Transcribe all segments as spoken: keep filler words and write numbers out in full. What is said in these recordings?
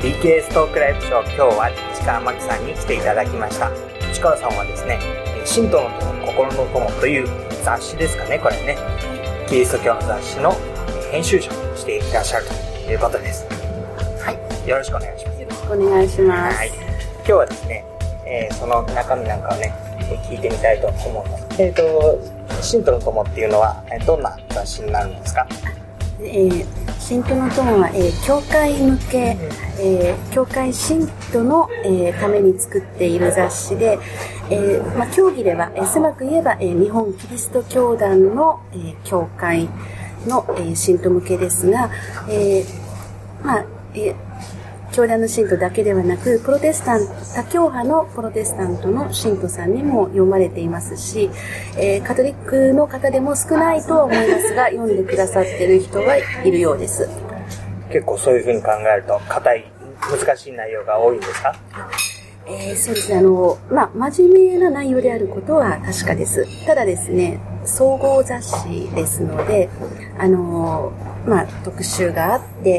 ー、ビーケー エストークライブショー、今日は市川真紀さんに来ていただきました。市川さんはですね、神道の友、心の友という雑誌ですかね、これね、キリスト教の雑誌の編集者をしていらっしゃるということです。はい、よろしくお願いします。 よろしくお願いします。 はい、今日はですね、えー、その中身なんかをね、聞いてみたいと思うので、えっと、神道の友っていうのはどんな雑誌になるんですか？ えー、信徒の友は、えー、教会向け、えー、教会信徒の、えー、ために作っている雑誌で、えーまあ、教義では、えー、狭く言えば、えー、日本キリスト教団の、えー、教会の、えー、信徒向けですが、えーまあえー教団の信徒だけではなく、プロテスタント、多教派のプロテスタントの信徒さんにも読まれていますし、えー、カトリックの方でも少ないとは思いますが、読んでくださっている人はいるようです。 結構そういうふうに考えると、硬い、難しい内容が多いんですか？ えー、そうですね。あの、まあ、真面目な内容であることは確かです。ただですね、総合雑誌ですので、あの、まあ、特集があって、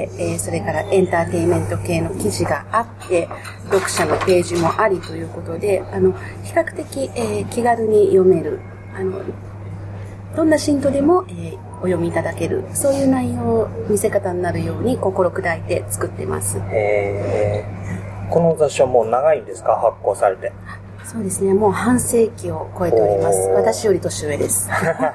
えー、それからエンターテインメント系の記事があって、読者のページもありということで、あの、比較的、えー、気軽に読める、あの、どんな信徒でも、えー、お読みいただける、そういう内容、見せ方になるように心砕いて作ってます。 えー、この雑誌はもう長いんですか？発行されて。 そうですね、もう半世紀を超えております。私より年上です。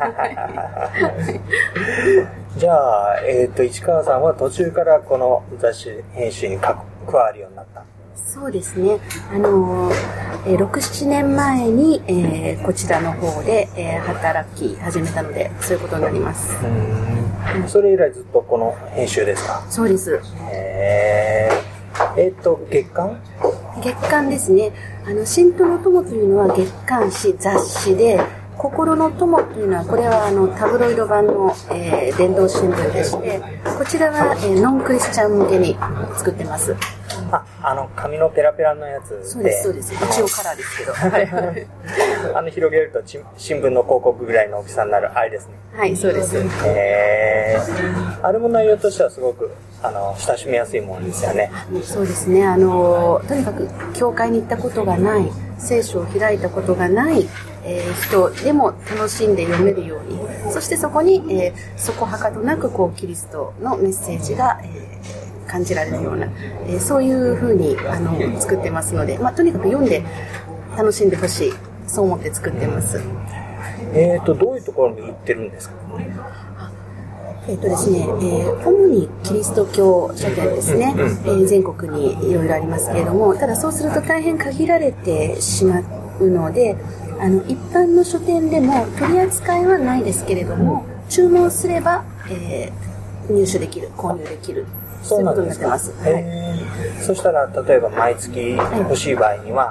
じゃあ、えっと、市川さんは途中からこの雑誌編集に加わるようになった？ そうですね。あのー、ろく、ななねんまえに、えー、こちらの方で、えー、働き始めたので、そういうことになります。 うん、それ以来ずっとこの編集ですか？ そうです。 へー。えっと、月刊？ 月刊ですね。あの、信徒の友というのは月刊誌、雑誌で、心の友というのは、これはあのタブロイド版の、えー、電動新聞でして、こちらは、えー、ノンクリスチャン向けに作ってます。 あ、あの紙のペラペラのやつで。 そうですそうです。一応カラーですけど。 あの広げると新聞の広告ぐらいの大きさになるあれですね。 はい、そうです。 へー。あれも内容としてはすごくあの親しみやすいものですよね。 そうですね。あのとにかく教会に行ったことがない、聖書を開いたことがない。えー、人でも楽しんで読めるように、そしてそこに、えー、そこはかとなくこうキリストのメッセージが、えー、感じられるような、えー、そういう風にあの作ってますので、まあ、とにかく読んで楽しんでほしい、そう思って作ってます。 えーとどういうところに売ってるんですか？ えっとですね、えー、主にキリスト教書店ですね、えー、全国にいろいろありますけれども、ただそうすると大変限られてしまうので、あの一般の書店でも取り扱いはないですけれども、注文すれば、えー、入手できる、購入できる、そういうことになってます。はい、 そしたら例えば毎月欲しい場合には、はい、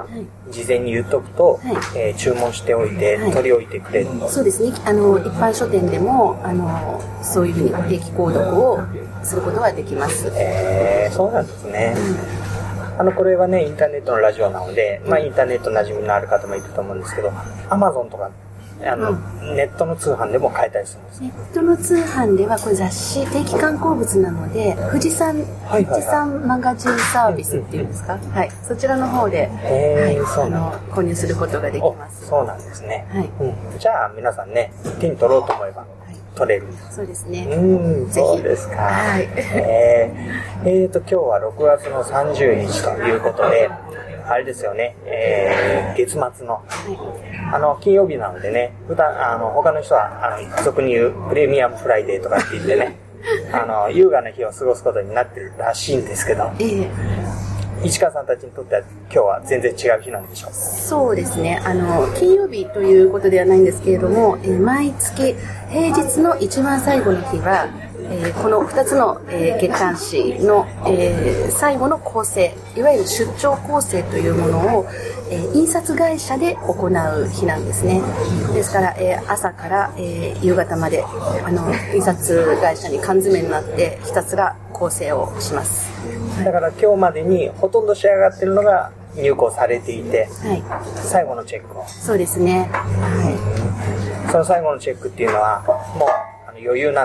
事前に言っとくと、はい、えー、注文しておいて、はい、取り置いてくれる。 そうですね。あの一般書店でもあのそういうふうに定期購読をすることができます。 えー、そうなんですね。うん、あのこれはねインターネットのラジオなので、まあ、インターネット馴染みのある方もいると思うんですけど、アマゾンとかあの、うん、ネットの通販でも買えたりするんです。 ネットの通販ではこれ雑誌定期刊行物なので、富士山、はいはいはい、富士山マガジンサービスっていうんですか、うんうん、はい、そちらの方で、はい、そうあの購入することができます。 そうなんですね。 はい、 うん、じゃあ皆さんね手に取ろうと思えば。取れる。 そうですね。 うん、そうですか。はい。えー、えーと今日はろくがつのさんじゅうにちということで、あれですよね。えー、月末の、はい、あの金曜日なのでね、普段あの他の人はあの俗に言うプレミアムフライデーとかって言ってね、あの優雅な日を過ごすことになってるらしいんですけど。えー市川さんたちにとっては今日は全然違う日なんでしょう？ そうですね。あの金曜日ということではないんですけれども、えー、毎月平日の一番最後の日は、えー、このふたつの、えー、月刊誌の、えー、最後の構成、いわゆる出張構成というものを、えー、印刷会社で行う日なんですね。ですから、えー、朝から、えー、夕方まであの印刷会社に缶詰になってひたすら構成をします。 だから今日までにほとんど仕上がってるのが入稿されていて、はい、最後のチェックを。 そうですね。はい、 その最後のチェックっていうのはもうあの余裕なんですか？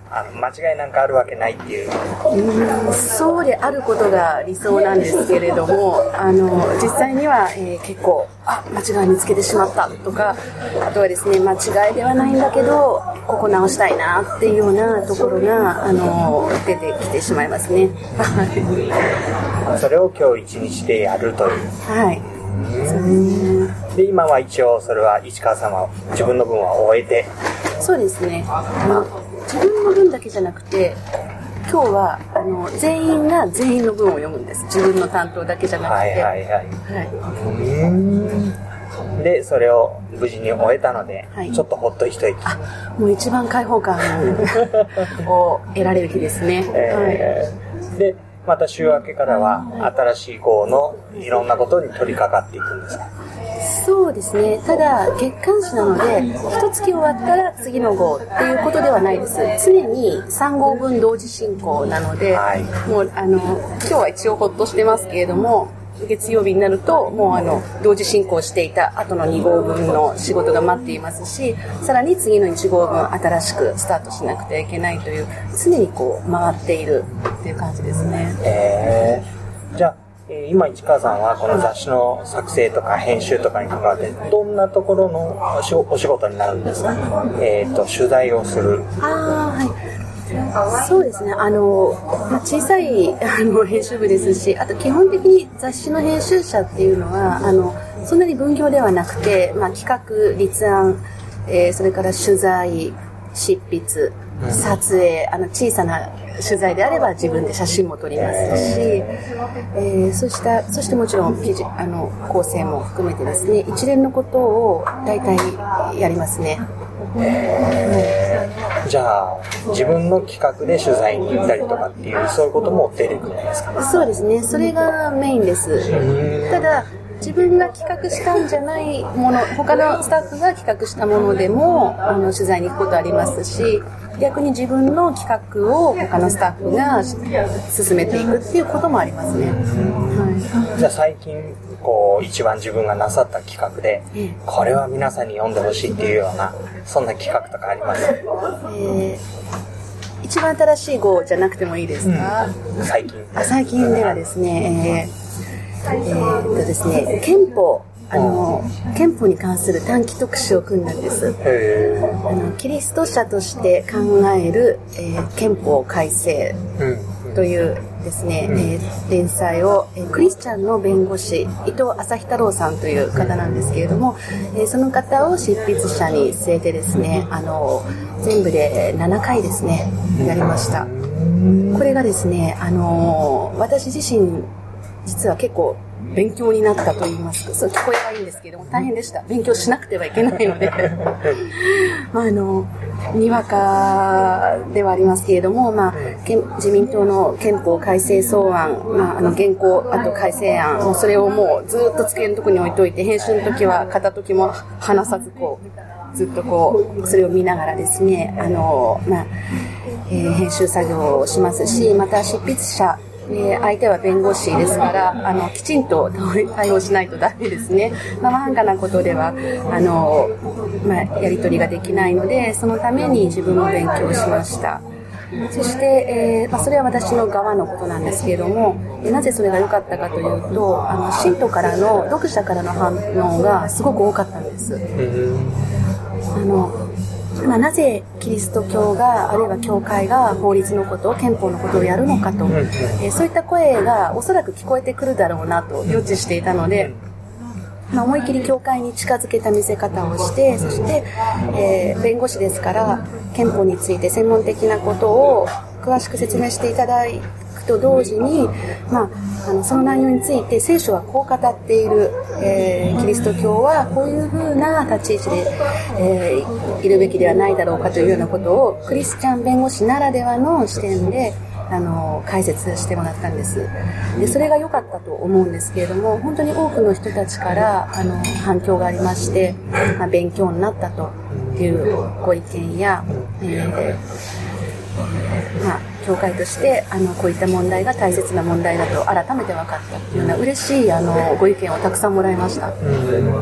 あの間違いなんかあるわけないっていう。 うん、そうであることが理想なんですけれども、あの実際には、えー、結構あ間違い見つけてしまったとか、あとはですね間違いではないんだけどここ直したいなっていうようなところがあの出てきてしまいますね。 それを今日一日でやるという。 はい。 うんで今は一応それは市川さんは自分の分は終えて。 そうですね。あの自分の分だけじゃなくて今日はあの全員が全員の文を読むんです。自分の担当だけじゃなくて。 はいはいはい。はい、うーんでそれを無事に終えたので、はい、ちょっとほっと一息。 あ、もう一番開放感を得られる日ですね。 えーはい、でまた週明けからは新しい号のいろんなことに取り掛かっていくんですか？ そうですね。ただ月刊誌なので一月終わったら次の号っていうことではないです。常にさん号分同時進行なので、はい、もうあの今日は一応ほっとしてますけれども、月曜日になるともうあの同時進行していた後のに号分の仕事が待っていますし、さらに次のいち号分新しくスタートしなくてはいけないという、常にこう回っているっていう感じですね。 えー、じゃあ今市川さんはこの雑誌の作成とか編集とかに関わってどんなところのお仕事になるんですか？えーと取材をする。 あー、はい、そうですね。あの小さいあの編集部ですし、あと基本的に雑誌の編集者っていうのはあのそんなに分業ではなくて、まあ、企画、立案、えー、それから取材、執筆、撮影、あの小さな取材であれば自分で写真も撮りますし、えー、そしたそしてもちろん記事あの構成も含めてですね、一連のことを大体やりますね。 えー、じゃあ自分の企画で取材に行ったりとかっていうそういうことも出てくるんですか？ そうですね。それがメインです。ただ自分が企画したんじゃないもの、他のスタッフが企画したものでもあの取材に行くことありますし、逆に自分の企画を他のスタッフが進めていくっていうこともありますね。はい、 じゃあ最近こう一番自分がなさった企画で、うん、これは皆さんに読んでほしいっていうようなそんな企画とかあります？ えー、一番新しい号じゃなくてもいいですか？ うん、最近。 あ、最近ではですね、えーえー、っとですね、憲法、あの憲法に関する短期特集を組んだんです。 へー。 あのキリスト者として考える、えー、憲法改正というですね、うんえー、連載を、えー、クリスチャンの弁護士伊藤朝日太郎さんという方なんですけれども、えー、その方を執筆者に据えてですね、あの全部でななかいですねやりました。これがですね、あの私自身実は結構勉強になったと言いますか、そう聞こえがいいんですけれども大変でした。勉強しなくてはいけないのでまあ、あのにわかではありますけれども、まあ、自民党の憲法改正草案、まあ、あの原稿、あと改正案、もうそれをもうずっと机のところに置いといて、編集の時は片時も離さずこうずっとこうそれを見ながらですね、あの、まあえー、編集作業をしますし、また執筆者で相手は弁護士ですからあのきちんと対応しないとダメですね。生半可なことではあの、まあ、やり取りができないので、そのために自分も勉強しました。そして、えーまあ、それは私の側のことなんですけれども、なぜそれが良かったかというと、あの信徒からの読者からの反応がすごく多かったんです。あのまあ、なぜキリスト教があるいは教会が法律のこと憲法のことをやるのかと、えー、そういった声がおそらく聞こえてくるだろうなと予知していたので、まあ、思い切り教会に近づけた見せ方をして、そして、えー、弁護士ですから憲法について専門的なことを詳しく説明していただくと同時に、まあ、あのその内容について聖書はこう語っている、えー、キリスト教はこういうふうな立ち位置で、えー、いるべきではないだろうかというようなことをクリスチャン弁護士ならではの視点であの解説してもらったんです。でそれが良かったと思うんですけれども、本当に多くの人たちからあの反響がありまして、まあ、勉強になったというご意見や、えーまあ、 教会としてあのこういった問題が大切な問題だと改めて分かったっていうような嬉しいあのご意見をたくさんもらいました。うん、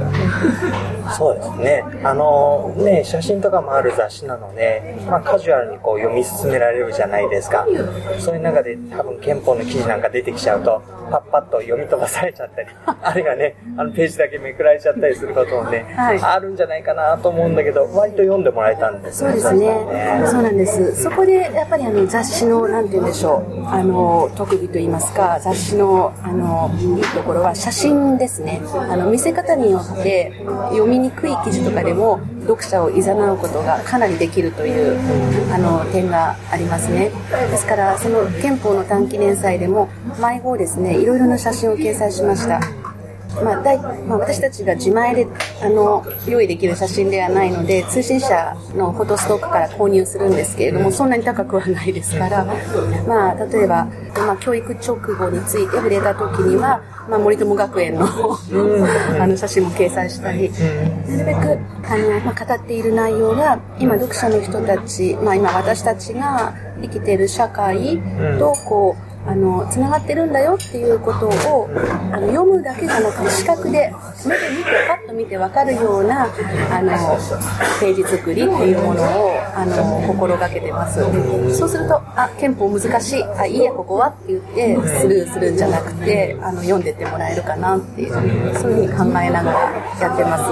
そうですね。あのね、写真とかもある雑誌なので、まあ、カジュアルにこう読み進められるじゃないですか。そういう中で多分憲法の記事なんか出てきちゃうとパッパッと読み飛ばされちゃったりあるいはね、あのページだけめくられちゃったりすることもね、はい、あるんじゃないかなと思うんだけど、割と読んでもらえたんですね。そうですね。そうなんです。そこでやっぱりあの雑誌のなんて言うんでしょう、あの特技といいますか、雑誌のあのいいところは写真ですね。あの見せ方によって読みにくい記事とかでも読者を誘うことがかなりできるというあの点がありますね。ですからその憲法の短期連載でも毎号ですね、いろいろな写真を掲載しました。まあ大まあ、私たちが自前であの用意できる写真ではないので、通信社のフォトストックから購入するんですけれども、そんなに高くはないですから、まあ、例えば、まあ、教育直後について触れた時には、まあ、森友学園のあの写真も掲載したり、なるべくあの、まあ、語っている内容が今読者の人たち、まあ、今私たちが生きている社会とこうあのつながってるんだよっていうことをあの読むだけじゃなくて視覚で目で見てパッと見て分かるようなあのページ作りっていうものをあの心がけてます。そうするとあ憲法難しい、あいいやここはって言ってスルーするんじゃなくてあの読んでってもらえるかなっていうそういうふうに考えながらやってます。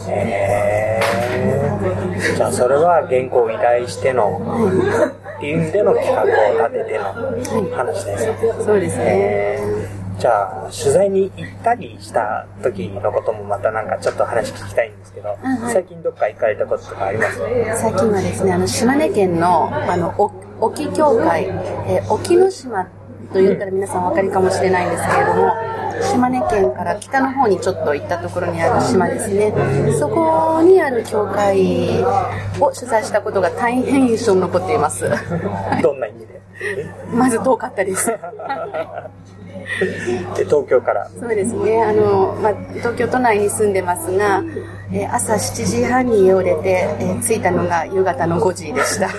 へー。じゃあそれは原稿を依頼しての、はいっていう意味での企画を立てての話です、はい、 そうですね、 えー、じゃあ取材に行ったりした時のこともまたなんかちょっと話聞きたいんですけど、はい、最近どっか行かれたこととかあります？ 最近はですね、あの島根県のあの沖教会、えー、沖ノ島と言ったら皆さんお分かりかもしれないんですけれども、島根県から北の方にちょっと行ったところにある島ですね。そこにある教会を取材したことが大変印象に残っています。 どんな意味で？ まず遠かったです。 で東京から？ そうですね。あの、まあ、東京都内に住んでますが、えー、朝しちじはんに家を出て、えー、着いたのが夕方のごじでした。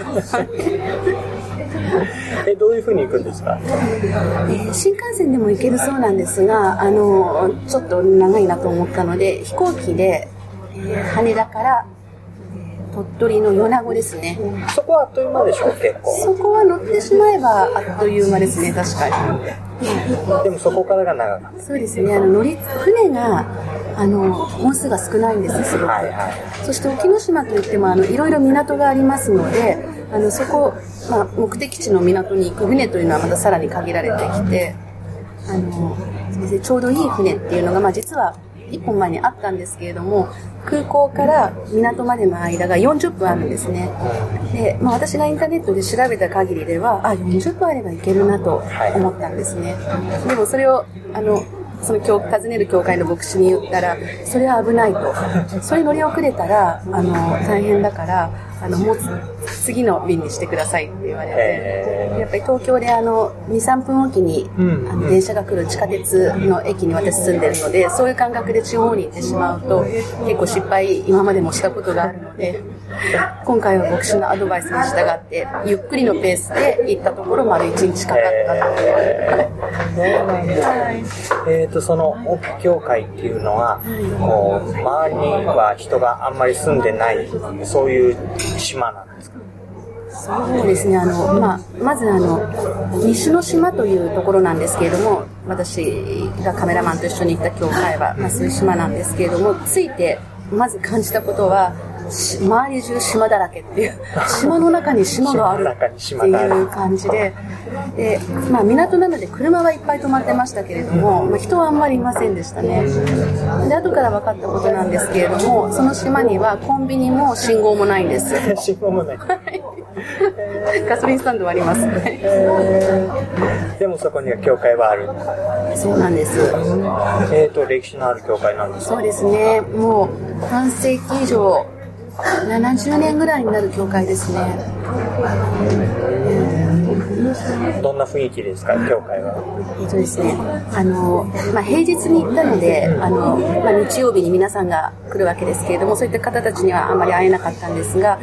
えどういう風に行くんですか？ えー、新幹線でも行けるそうなんですが、あのちょっと長いなと思ったので飛行機で、えー、羽田から、えー、鳥取の米子ですね。 そこはあっという間でしょう？結構そこは乗ってしまえばあっという間ですね。確かに。 でもそこからが長かった。 そうですね。あの乗り船があの本数が少ないんですすごく、はいはい、そして沖ノ島といってもあのいろいろ港がありますので、あのそこ、まあ、目的地の港に行く船というのはまたさらに限られてきて、あのちょうどいい船っていうのが、まあ、実はいっぽんまえにあったんですけれども、空港から港までの間がよんじゅっぷんあるんですね。で、まあ、私がインターネットで調べた限りではあよんじゅっぷんあれば行けるなと思ったんですね。でもそれをあのその教訪ねる教会の牧師に言ったら、それは危ないと、それ乗り遅れたらあの大変だからあのもう次の便にしてくださいって言われて、やっぱり東京であの にさんぷんおきに、うん、あの電車が来る地下鉄の駅に私住んでるので、そういう感覚で地方に行ってしまうと結構失敗今までもしたことがあるので、今回は牧師のアドバイスに従ってゆっくりのペースで行ったところ丸いちにちかかったとえーとその沖教会っていうのは、こう周りには人があんまり住んでないそういう島なんですか？ そうですね。あの、まあ、まずあの西の島というところなんですけれども、私がカメラマンと一緒に行った教会は、まあ、そういう島なんですけれども、着いてまず感じたことは周り中島だらけっていう、島の中に島があるっていう感じで、で、まあ、港なので車はいっぱい止まってましたけれども、まあ、人はあんまりいませんでしたね。で、後から分かったことなんですけれども、その島にはコンビニも信号もないんです。 信号もない。 ガソリンスタンドはあります。 でもそこには教会はある。 そうなんです。 えーと歴史のある教会なんですか？ そうですね。もう半世紀以上、ななじゅうねんぐらいになる教会ですね。 どんな雰囲気ですか、教会は？ えっとですね、あの、まあ、平日に行ったので、あの、まあ、日曜日に皆さんが来るわけですけれども、そういった方たちにはあまり会えなかったんですが、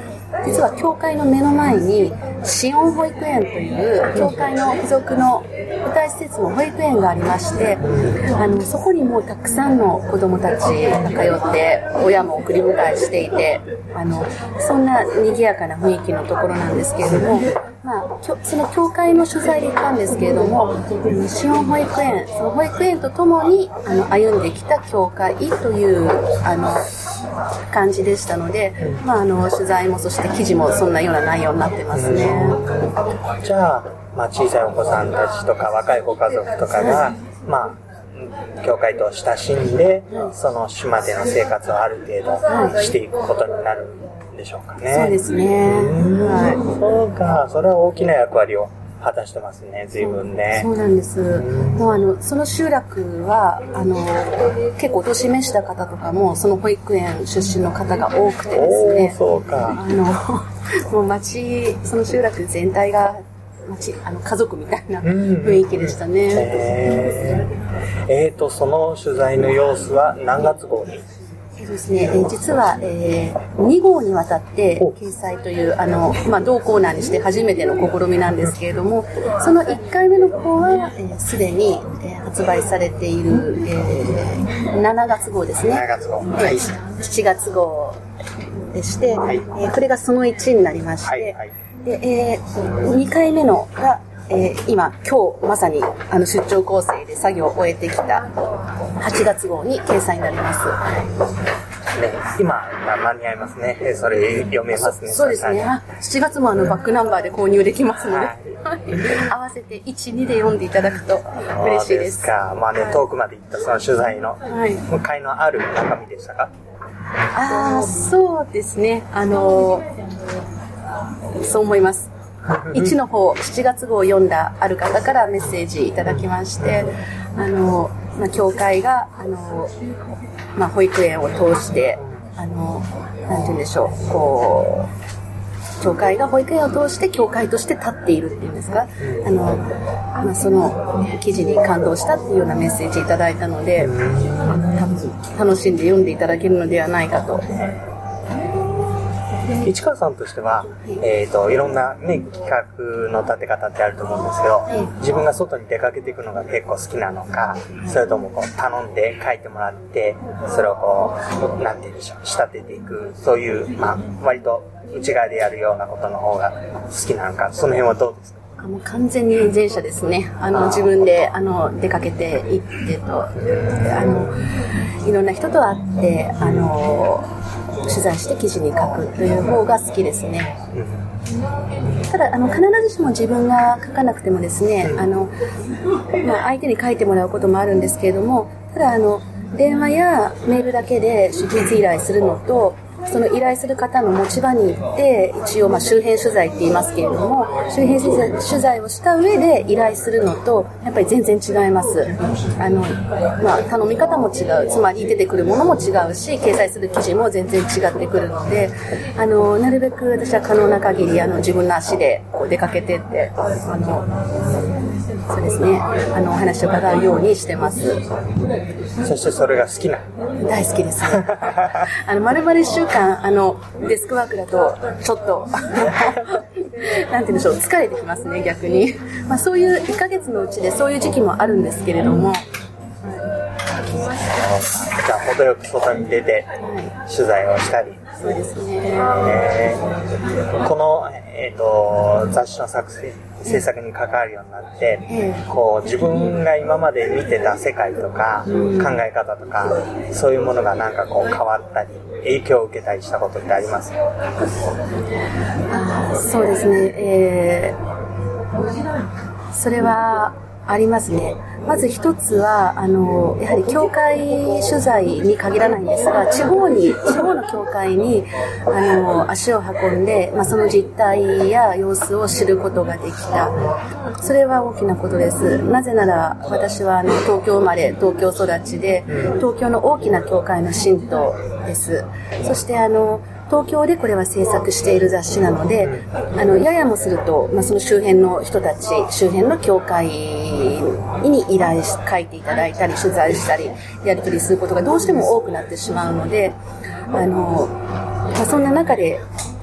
実は教会の目の前にシオン保育園という教会の付属の舞台施設の保育園がありまして、あのそこにもたくさんの子どもたちが通って親も送り迎えしていて、あのそんな賑やかな雰囲気のところなんですけれども、まあ、その教会の取材で行ったんですけれども、シオン保育園、その保育園とともにあの歩んできた教会というあの感じでしたので、まあ、あの取材もそして記事もそんなような内容になってますね。 じゃあ、まあ、小さいお子さんたちとか若いご家族とかが、まあ、教会と親しんで、その島での生活をある程度していくことになるんでしょうかね。 そうですね。 はい、そうか、それは大きな役割を果たしてますね、随分ね。 そうなんです。もうあのその集落はあの結構お年めした方とかもその保育園出身の方が多くてですね。 そうか。 あのもう町その集落全体が町あの家族みたいな雰囲気でしたね。 うん、えー、えーとその取材の様子は何月号に？ そうですね、えー、実は、えー、に号にわたって掲載というあの、まあ、同コーナーにして初めての試みなんですけれども、そのいっかいめの方はすで、えー、に、えー、発売されている、えー、しちがつ号ですね。 しちがつ号、はい、 しちがつ号でして、はい、えー、これがそのいちになりまして、はいはい、でえー、にかいめのがえー、今、今日まさにあの出張構成で作業を終えてきたはちがつ号に掲載になります。 ね、今、まあ、間に合いますね。それ読めますね。 そ, そうですね。しちがつもあのバックナンバーで購入できますので、はい、合わせていち、にで読んでいただくと嬉しいです。そうですか。まあね、遠くまで行ったその取材の向かいのある中身でしたか？ ああ、そうですね。あのー、そう思います。いちの方、しちがつ号を読んだある方からメッセージいただきまして、あの、まあ、教会が、あの、まあ、保育園を通して、あの、なんて言うんでしょう、こう、教会が保育園を通して教会として立っているっていうんですか、あの、まあ、その記事に感動したっていうようなメッセージいただいたので、多分楽しんで読んでいただけるのではないかと。 市川さんとしては、えーと、いろんな、ね、企画の立て方ってあると思うんですけど、自分が外に出かけていくのが結構好きなのか、それともこう頼んで書いてもらってそれをこうなんて言うんでしょう、仕立てていく、そういう、まあ、割と内側でやるようなことの方が好きなのか、その辺はどうですか？ もう完全に前者ですね。あの自分であの出かけて行ってと、あのいろんな人と会ってあの取材して記事に書くという方が好きですね。ただあの必ずしも自分が書かなくてもですね、あの、まあ、相手に書いてもらうこともあるんですけれども、ただあの電話やメールだけで執筆依頼するのと、その依頼する方の持ち場に行って一応まあ周辺取材って言いますけれども、周辺取材、取材をした上で依頼するのとやっぱり全然違います。あの、まあ、頼み方も違う、つまり出てくるものも違うし、掲載する記事も全然違ってくるので、あのなるべく私は可能な限りあの自分の足でこう出かけてってあのそうですね、あのお話を伺うようにしてます。 そしてそれが好きな？ 大好きです。あの丸々いっしゅうかんあのデスクワークだとちょっとなんて言うんでしょう、疲れてきますね、逆に。まあ、そういういっかげつのうちでそういう時期もあるんですけれども、はい、 じゃあ程よく外に出て取材をしたり、はい、 そうですね、 えー、この、えーと、雑誌の作成制作に関わるようになって、えー、こう自分が今まで見てた世界とか、うん、考え方とかそういうものがなんかこう変わったり影響を受けたりしたことってありますか？ あ、そうですね、えー、それはありますね。まず一つはあのやはり教会取材に限らないんですが、地方に地方の教会にあの足を運んで、まあ、その実態や様子を知ることができた。それは大きなことです。なぜなら私はあの東京生まれ東京育ちで、東京の大きな教会の信徒です。そしてあの東京でこれは制作している雑誌なので、あのややもすると、まあ、その周辺の人たち、周辺の教会に依頼し書いていただいたり取材したりやり取りすることがどうしても多くなってしまうので、あの、まあ、そんな中で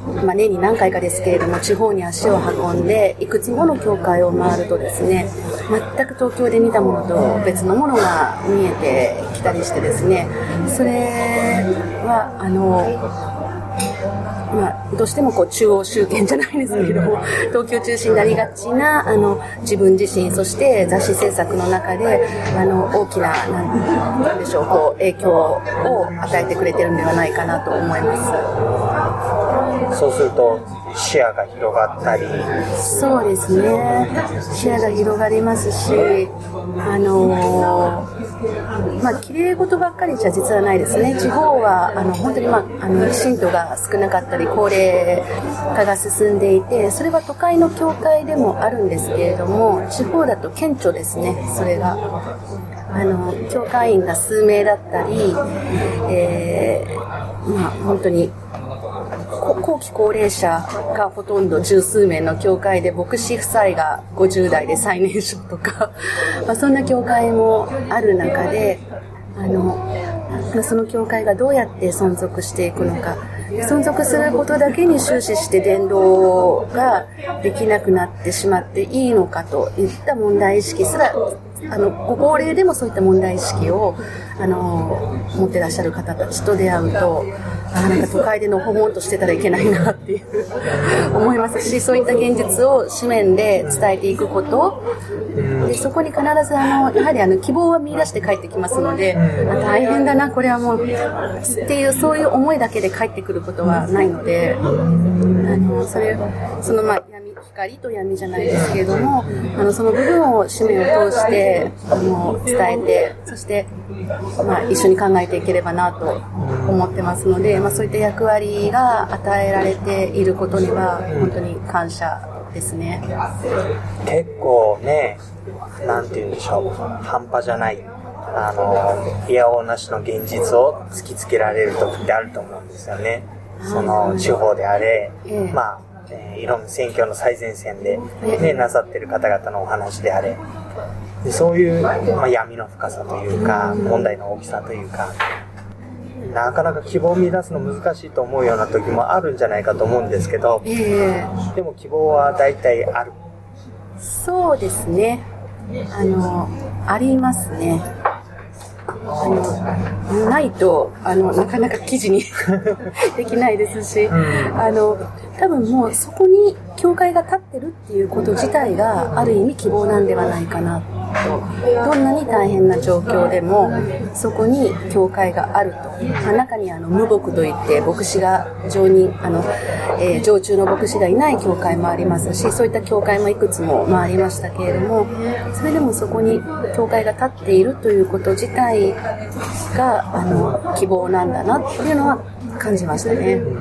まあ、年に何回かですけれども地方に足を運んでいくつもの教会を回るとですね、全く東京で見たものと別のものが見えてきたりしてですね、それはあのまあ、どうしてもこう中央集権じゃないですけれども、東京中心になりがちなあの自分自身、そして雑誌制作の中であの大きななんでしょう、こう影響を与えてくれてるんではないかなと思います。 そうすると視野が広がったり。 そうですね、視野が広がりますし、あのー、まあ綺麗事ばっかりじゃ実はないですね。地方はあの本当に、まあ、あの信徒が少なかったり高齢化が進んでいて、それは都会の教会でもあるんですけれども、地方だと顕著ですね。それがあの教会員が数名だったり、えー、まあ本当に後期高齢者がほとんど十数名の教会で、牧師夫妻がごじゅう代で最年少とかまあそんな教会もある中で、あのその教会がどうやって存続していくのか、存続することだけに終始して伝道ができなくなってしまっていいのかといった問題意識すら、あのご高齢でもそういった問題意識をあの持ってらっしゃる方たちと出会うと、あなんか都会でのほほんとしてたらいけないなっていう思いますし、そういった現実を紙面で伝えていくことで、そこに必ずあのやはりあの希望は見出して帰ってきますので、あ大変だなこれはもうっていう、そういう思いだけで帰ってくることはないので、あのそれそのまあ闇光と闇じゃないですけれども、あのその部分を紙面を通してあの伝えて、そして、まあ、一緒に考えていければなと思ってますので、まあ、そういった役割が与えられていることには本当に感謝ですね。 結構ね、なんて言うんでしょう、半端じゃないあのいやおうなしの現実を突きつけられる時ってあると思うんですよね。その地方であれ、ええ、まあ、えー、いろんな選挙の最前線で、ね、なさってる方々のお話であれ、でそういう、まあ、闇の深さというか問題の大きさというか、なかなか希望を見出すの難しいと思うような時もあるんじゃないかと思うんですけど、えー、でも希望は大体ある。 そうですね、あのありますね。あのないとあのなかなか記事にできないですし、うん、あの多分もうそこに教会が立ってるっていうこと自体がある意味希望なんではないかなと。どんなに大変な状況でもそこに教会があると、まあ、中にあの無牧といって牧師が常任あの、えー、常駐の牧師がいない教会もありますし、そういった教会もいくつも回りましたけれども、それでもそこに教会が立っているということ自体があの希望なんだなっていうのは感じましたね。うん、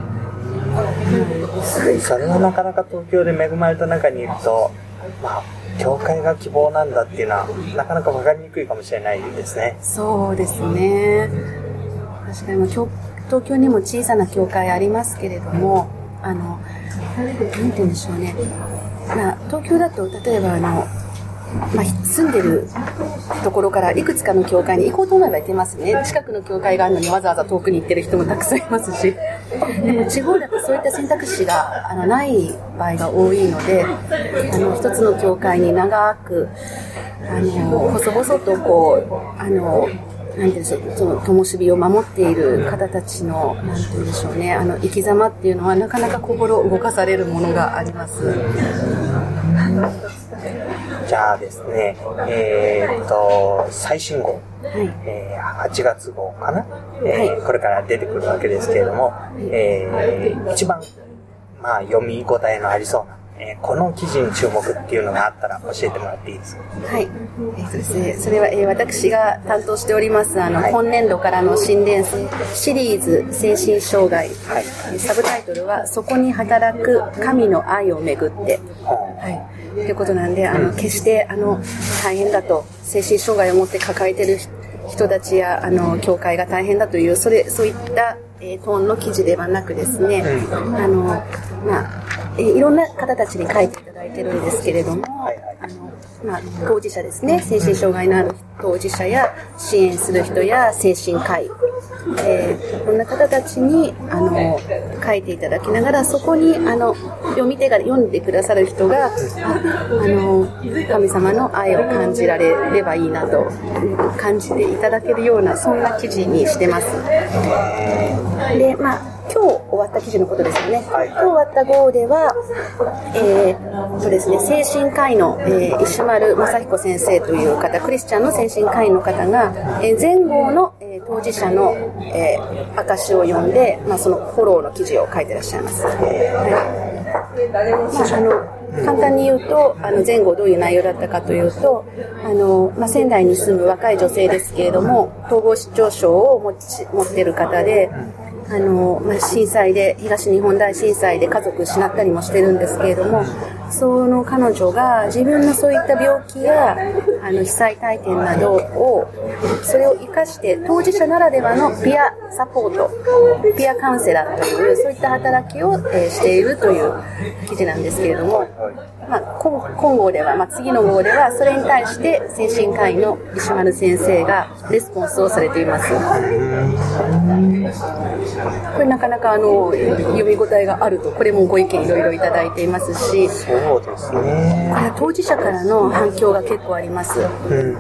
それはなかなか東京で恵まれた中にいると、まあ教会が希望なんだっていうのはなかなか分かりにくいかもしれないですね。 そうですね、確かに東京にも小さな教会ありますけれども、あのなんて言うんでしょうね、まあ、東京だと例えばあのまあ、住んでるところからいくつかの教会に行こうと思えば行けますね。近くの教会があるのにわざわざ遠くに行ってる人もたくさんいますし、でも地方だとそういった選択肢があのない場合が多いので、あの一つの教会に長くあの細々とこうあのなんていうんでしょう、その灯火を守っている方たちのなんていうんでしょうね、あの生き様っていうのはなかなか心を動かされるものがあります。 じゃあですね、えー、っと最新号、はい、えー、はちがつ号かな、えーはい、これから出てくるわけですけれども、えー、一番、まあ、読み応えのありそうな、えー、この記事に注目っていうのがあったら教えてもらっていいですか？ はい、えーとですね、それは、えー、私が担当しておりますあの、はい、今年度からの新連載シリーズ精神障害、はい、サブタイトルはそこに働く神の愛をめぐって、はいということなんで、あの決してあの大変だと、精神障害を持って抱えている人たちやあの教会が大変だというそれそういった、えー、トーンの記事ではなくですね、あの、まあえー、いろんな方たちに書いていただいてるんですけれども、はいはい、あのまあ、当事者ですね、精神障害のある当事者や支援する人や精神科医、えー、こんな方たちにあの書いていただきながら、そこにあの読み手が読んでくださる人が あ, あの神様の愛を感じられればいいなと感じていただけるような、そんな記事にしてます。で、まあ今日終わった記事のことですよね。今日終わった号では、えーとですね、精神科医の、えー、石丸正彦先生という方、クリスチャンの精神科医の方が、えー、前号の、えー、当事者の、えー、証を読んで、まあ、そのフォローの記事を書いてらっしゃいます。はい、まあ、あの簡単に言うと、あの前後どういう内容だったかというと、あの、まあ、仙台に住む若い女性ですけれども、統合失調症を持ち持っている方で、あの、まあ、震災で、東日本大震災で家族失ったりもしてるんですけれども、その彼女が自分のそういった病気やあの被災体験などを、それを生かして当事者ならではのピアサポート、ピアカウンセラーというそういった働きを、えー、しているという記事なんですけれども、まあ、今, 今号では、まあ、次の号ではそれに対して精神科医の石丸先生がレスポンスをされています。これなかなかあの読み応えがあると、これもご意見いろいろいただいていますし、 そうですね、 これは当事者からの反響が結構あります。うん、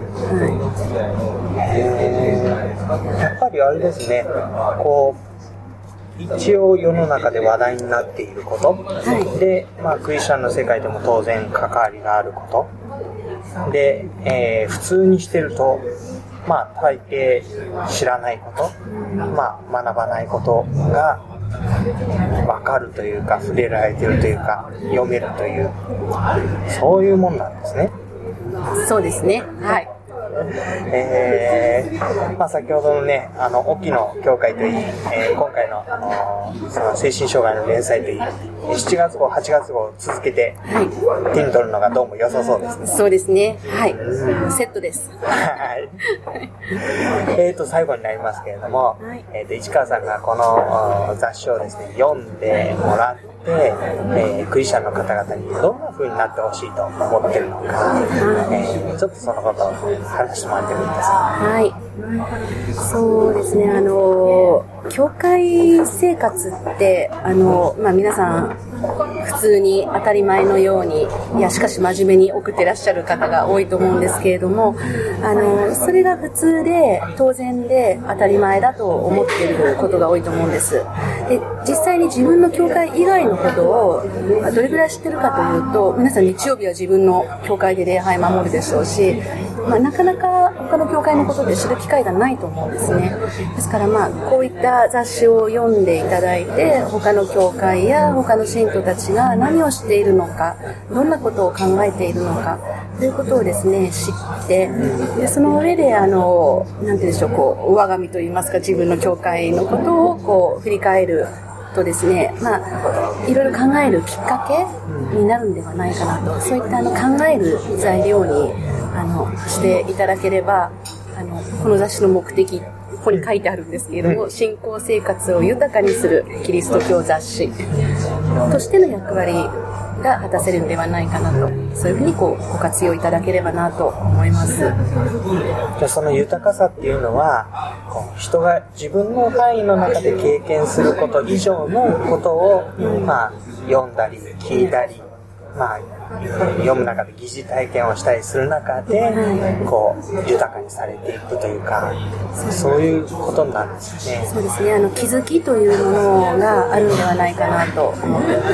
はい、えー、やっぱりあれですね、こう一応世の中で話題になっていること、はい、で、まあ、クリスチャンの世界でも当然関わりがあることで、えー、普通にしてると、まあ、大抵知らないこと、まあ、学ばないことが分かるというか、触れられているというか、読めるという、そういうもんなんですね。 そうですね、はい。 えーまあ、先ほどのね、あの沖野教会といい、えー、今回のその精神障害の連載といい、しちがつ号、はちがつ号続けて手に取るのがどうも良さそうですね。 そうですね、はい、セットです。 はい。えーと最後になりますけれども、はい、えーと市川さんがこの雑誌をですね読んでもらって、えー、クリスチャンの方々にどんな風になってほしいと思ってるのか、えー、ちょっとそのことを話してもらってもいいですか。 はい、そうですね、あの教会生活ってあの、まあ、皆さん普通に当たり前のように、いやしかし真面目に送ってらっしゃる方が多いと思うんですけれども、あのそれが普通で当然で当たり前だと思っていることが多いと思うんです。で、実際に自分の教会以外のことをどれぐらい知ってるかというと、皆さん日曜日は自分の教会で礼拝守るでしょうし、まあ、なかなか他の教会のことで知る機会がないと思うんですね。ですから、まあ、こういった雑誌を読んでいただいて、他の教会や他の信徒たちが何をしているのか、どんなことを考えているのかということをですね知って、でその上であのなんて言うんでしょう、こう我が身といいますか、自分の教会のことをこう振り返るとですね、まあ、いろいろ考えるきっかけになるんではないかなと、そういったあの考える材料にあのしていただければ、あのこの雑誌の目的、ここに書いてあるんですけれども、信仰生活を豊かにするキリスト教雑誌としての役割が果たせるんではないかなと、そういうふうにこうご活用いただければなと思います。じゃあその豊かさっていうのは、人が自分の範囲の中で経験すること以上のことを、まあ、読んだり聞いたり、まあ、読む中で疑似体験をしたりする中で、こう豊かにされていくというか、そういうことになるんですね。 そうですね、あの気づきというものがあるのではないかなと思っています。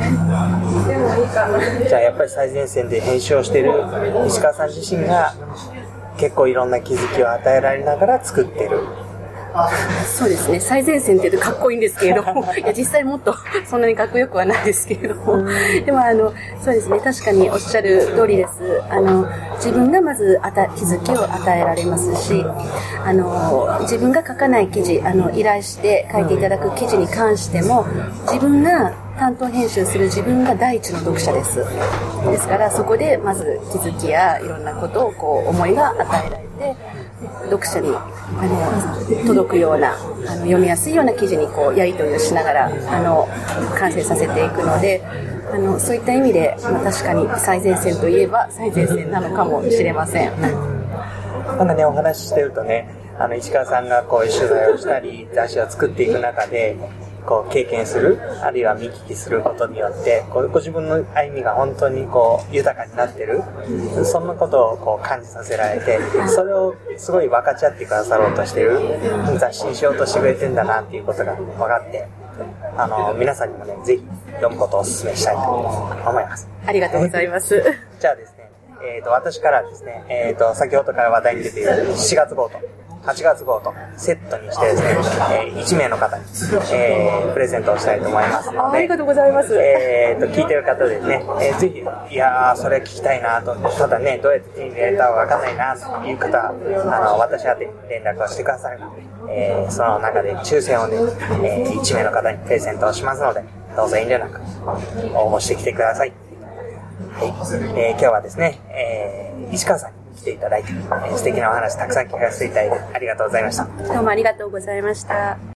じゃあやっぱり最前線で編集をしている石川さん自身が結構いろんな気づきを与えられながら作ってる。 そうですね、最前線って言うとかっこいいんですけれどもいや実際もっとそんなにかっこよくはないですけれども、でもあのそうですね、確かにおっしゃる通りです。あの自分がまずあた気づきを与えられますし、あの自分が書かない記事、あの依頼して書いていただく記事に関しても、自分が担当編集する自分が第一の読者です。ですからそこでまず気づきやいろんなことをこう思いが与えられて、 読者にあの届くようなあの読みやすいような記事にこうやり取りをしながらあの完成させていくので、あのそういった意味で、まあ、確かに最前線といえば最前線なのかもしれません。 なんかね、お話ししてるとね、あの石川さんがこういう取材をしたり雑誌を作っていく中でこう経験する、あるいは見聞きすることによってこうご自分の歩みが本当にこう豊かになってる、そんなことをこう感じさせられて、それをすごい分かち合ってくださろうとしてる雑誌にしようとしてくれてんだなっていうことが分かって、あの皆さんにもねぜひ読むことをお勧めしたいと思います。 ありがとうございますじゃあですね、えーと私からですね、えーと先ほどから話題に出ているしがつ号とはちがつ号とセットにしてですね、えー、いちめいの方に、えー、プレゼントをしたいと思いますので、 ありがとうございます。 えーと聞いてる方でね、えー、ぜひいやーそれ聞きたいなと、ただねどうやって手に入れたかわかんないなという方はあの私宛てに連絡をしてくだされば、えー、その中で抽選をね、えー、いちめいの方にプレゼントをしますので、どうぞ遠慮なく応募してきてください。はい、えー、今日はですね、えー、石川さんに来ていただいて、えー、素敵なお話たくさん聞かせていただいてありがとうございました。 どうもありがとうございました。